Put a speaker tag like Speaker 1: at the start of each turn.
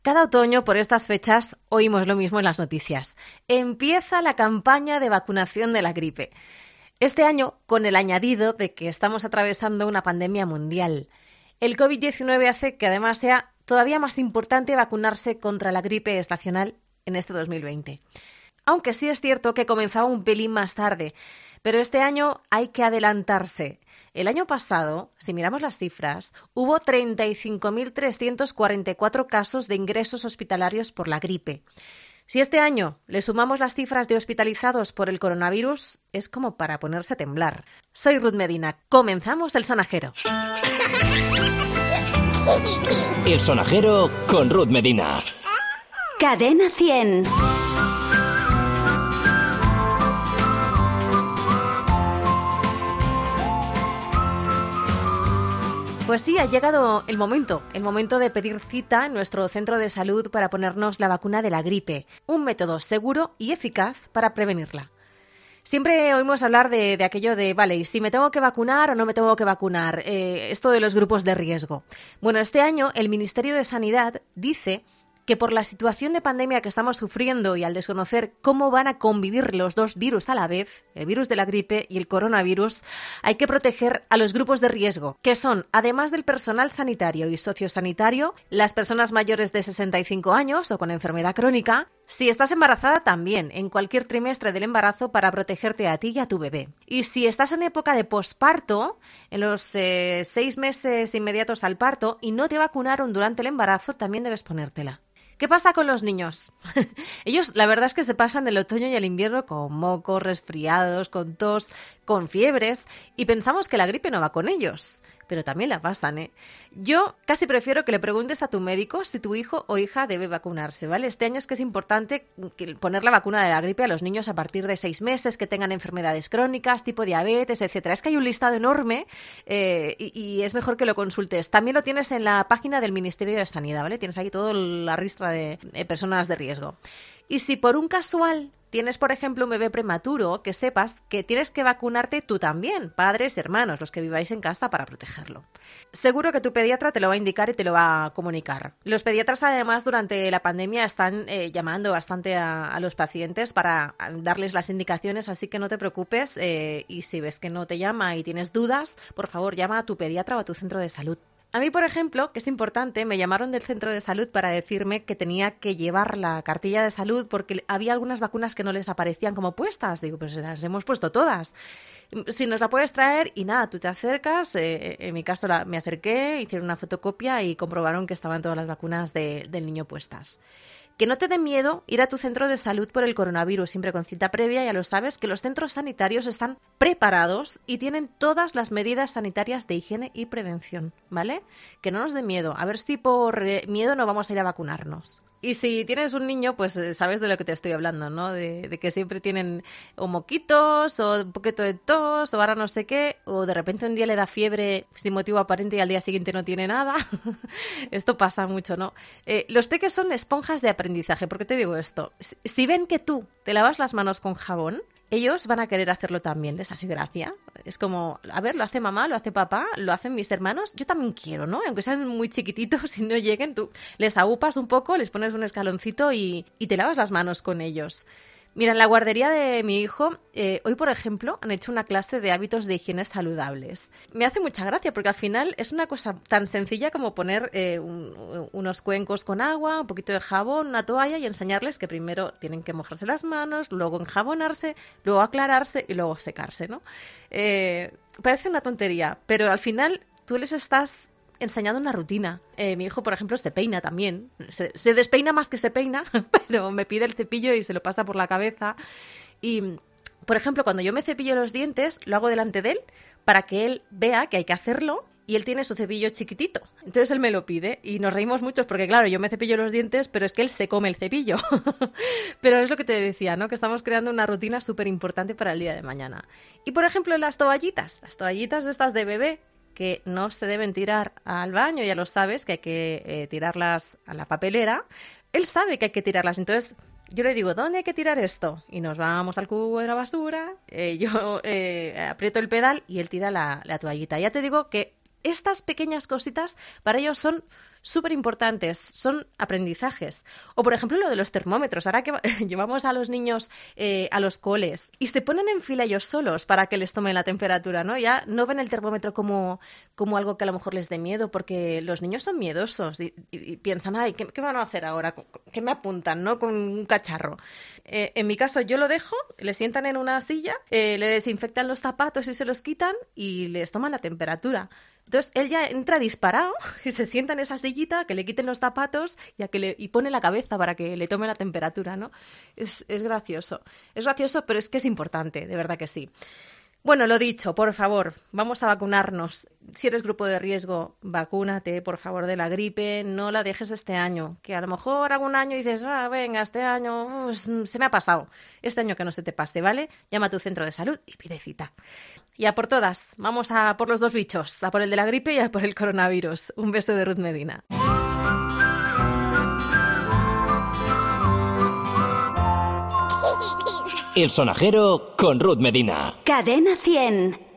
Speaker 1: Cada otoño, por estas fechas, oímos lo mismo en las noticias. Empieza la campaña de vacunación de la gripe. Este año, con el añadido de que estamos atravesando una pandemia mundial. El COVID-19 hace que además sea todavía más importante vacunarse contra la gripe estacional en este 2020. Aunque sí es cierto que comenzaba un pelín más tarde, pero este año hay que adelantarse. El año pasado, si miramos las cifras, hubo 35.344 casos de ingresos hospitalarios por la gripe. Si este año le sumamos las cifras de hospitalizados por el coronavirus, es como para ponerse a temblar. Soy Ruth Medina. Comenzamos el sonajero.
Speaker 2: El sonajero con Ruth Medina.
Speaker 3: Cadena 100.
Speaker 1: Pues sí, ha llegado el momento de pedir cita en nuestro centro de salud para ponernos la vacuna de la gripe, un método seguro y eficaz para prevenirla. Siempre oímos hablar de aquello de, vale, ¿y si me tengo que vacunar o no me tengo que vacunar? Esto de los grupos de riesgo. Bueno, este año el Ministerio de Sanidad dice que por la situación de pandemia que estamos sufriendo y al desconocer cómo van a convivir los dos virus a la vez, el virus de la gripe y el coronavirus, hay que proteger a los grupos de riesgo, que son, además del personal sanitario y sociosanitario, las personas mayores de 65 años o con enfermedad crónica. Si estás embarazada, también, en cualquier trimestre del embarazo para protegerte a ti y a tu bebé. Y si estás en época de posparto, en los 6 meses inmediatos al parto y no te vacunaron durante el embarazo, también debes ponértela. ¿Qué pasa con los niños? Ellos, la verdad es que se pasan el otoño y el invierno con mocos, resfriados, con tos, con fiebres, y pensamos que la gripe no va con ellos, pero también la pasan, ¿eh? Yo casi prefiero que le preguntes a tu médico si tu hijo o hija debe vacunarse, ¿vale? Este año es que es importante poner la vacuna de la gripe a los niños a partir de 6 meses, que tengan enfermedades crónicas, tipo diabetes, etcétera. Es que hay un listado enorme y es mejor que lo consultes. También lo tienes en la página del Ministerio de Sanidad, ¿vale? Tienes ahí toda la ristra de personas de riesgo. Y si por un casual tienes, por ejemplo, un bebé prematuro, que sepas que tienes que vacunarte tú también, padres, hermanos, los que viváis en casa, para protegerlo. Seguro que tu pediatra te lo va a indicar y te lo va a comunicar. Los pediatras, además, durante la pandemia están llamando bastante a los pacientes para darles las indicaciones, así que no te preocupes. Y si ves que no te llama y tienes dudas, por favor, llama a tu pediatra o a tu centro de salud. A mí, por ejemplo, que es importante, me llamaron del centro de salud para decirme que tenía que llevar la cartilla de salud porque había algunas vacunas que no les aparecían como puestas. Digo, pues las hemos puesto todas. Si nos la puedes traer y nada, tú te acercas. En mi caso me acerqué, hicieron una fotocopia y comprobaron que estaban todas las vacunas del niño puestas. Que no te dé miedo ir a tu centro de salud por el coronavirus, siempre con cita previa, ya lo sabes, que los centros sanitarios están preparados y tienen todas las medidas sanitarias de higiene y prevención, ¿vale? Que no nos dé miedo, a ver si por miedo no vamos a ir a vacunarnos. Y si tienes un niño, pues sabes de lo que te estoy hablando, ¿no? De que siempre tienen o moquitos, o un poquito de tos, o ahora no sé qué, o de repente un día le da fiebre sin motivo aparente y al día siguiente no tiene nada. Esto pasa mucho, ¿no? Los peques son esponjas de aprendizaje. ¿Por qué te digo esto? Si ven que tú te lavas las manos con jabón, ellos van a querer hacerlo también, les hace gracia. Es como, a ver, lo hace mamá, lo hace papá, lo hacen mis hermanos, yo también quiero, ¿no? Aunque sean muy chiquititos y no lleguen, tú les agupas un poco, les pones un escaloncito y te lavas las manos con ellos. Mira, en la guardería de mi hijo, hoy, por ejemplo, han hecho una clase de hábitos de higiene saludables. Me hace mucha gracia porque al final es una cosa tan sencilla como poner unos cuencos con agua, un poquito de jabón, una toalla y enseñarles que primero tienen que mojarse las manos, luego enjabonarse, luego aclararse y luego secarse, ¿no? Parece una tontería, pero al final tú les estás enseñando una rutina. Mi hijo, por ejemplo, se peina también. Se despeina más que se peina, pero me pide el cepillo y se lo pasa por la cabeza. Y, por ejemplo, cuando yo me cepillo los dientes, lo hago delante de él para que él vea que hay que hacerlo y él tiene su cepillo chiquitito. Entonces él me lo pide y nos reímos mucho porque, claro, yo me cepillo los dientes, pero es que él se come el cepillo. Pero es lo que te decía, ¿no? Que estamos creando una rutina súper importante para el día de mañana. Y, por ejemplo, las toallitas de estas de bebé, que no se deben tirar al baño, ya lo sabes, que hay que tirarlas a la papelera. Él sabe que hay que tirarlas, entonces yo le digo, ¿dónde hay que tirar esto? Y nos vamos al cubo de la basura, yo aprieto el pedal y él tira la toallita. Ya te digo que estas pequeñas cositas para ellos son súper importantes, son aprendizajes. O, por ejemplo, lo de los termómetros. Ahora que llevamos a los niños a los coles y se ponen en fila ellos solos para que les tomen la temperatura, ¿no? Ya no ven el termómetro como algo que a lo mejor les dé miedo, porque los niños son miedosos y piensan, ay, ¿qué van a hacer ahora? ¿Qué me apuntan, no? Con un cacharro. En mi caso, yo lo dejo, le sientan en una silla, le desinfectan los zapatos y se los quitan y les toman la temperatura. Entonces, él ya entra disparado y se sienta en esa sillita, que le quiten los zapatos y pone la cabeza para que le tome la temperatura, ¿no? Es gracioso. Es gracioso, pero es que es importante, de verdad que sí. Bueno, lo dicho, por favor, vamos a vacunarnos. Si eres grupo de riesgo, vacúnate, por favor, de la gripe. No la dejes este año, que a lo mejor algún año dices, venga, este año se me ha pasado. Este año que no se te pase, ¿vale? Llama a tu centro de salud y pide cita. Y a por todas, vamos a por los dos bichos, a por el de la gripe y a por el coronavirus. Un beso de Ruth Medina.
Speaker 2: El Sonajero con Ruth Medina.
Speaker 3: Cadena 100.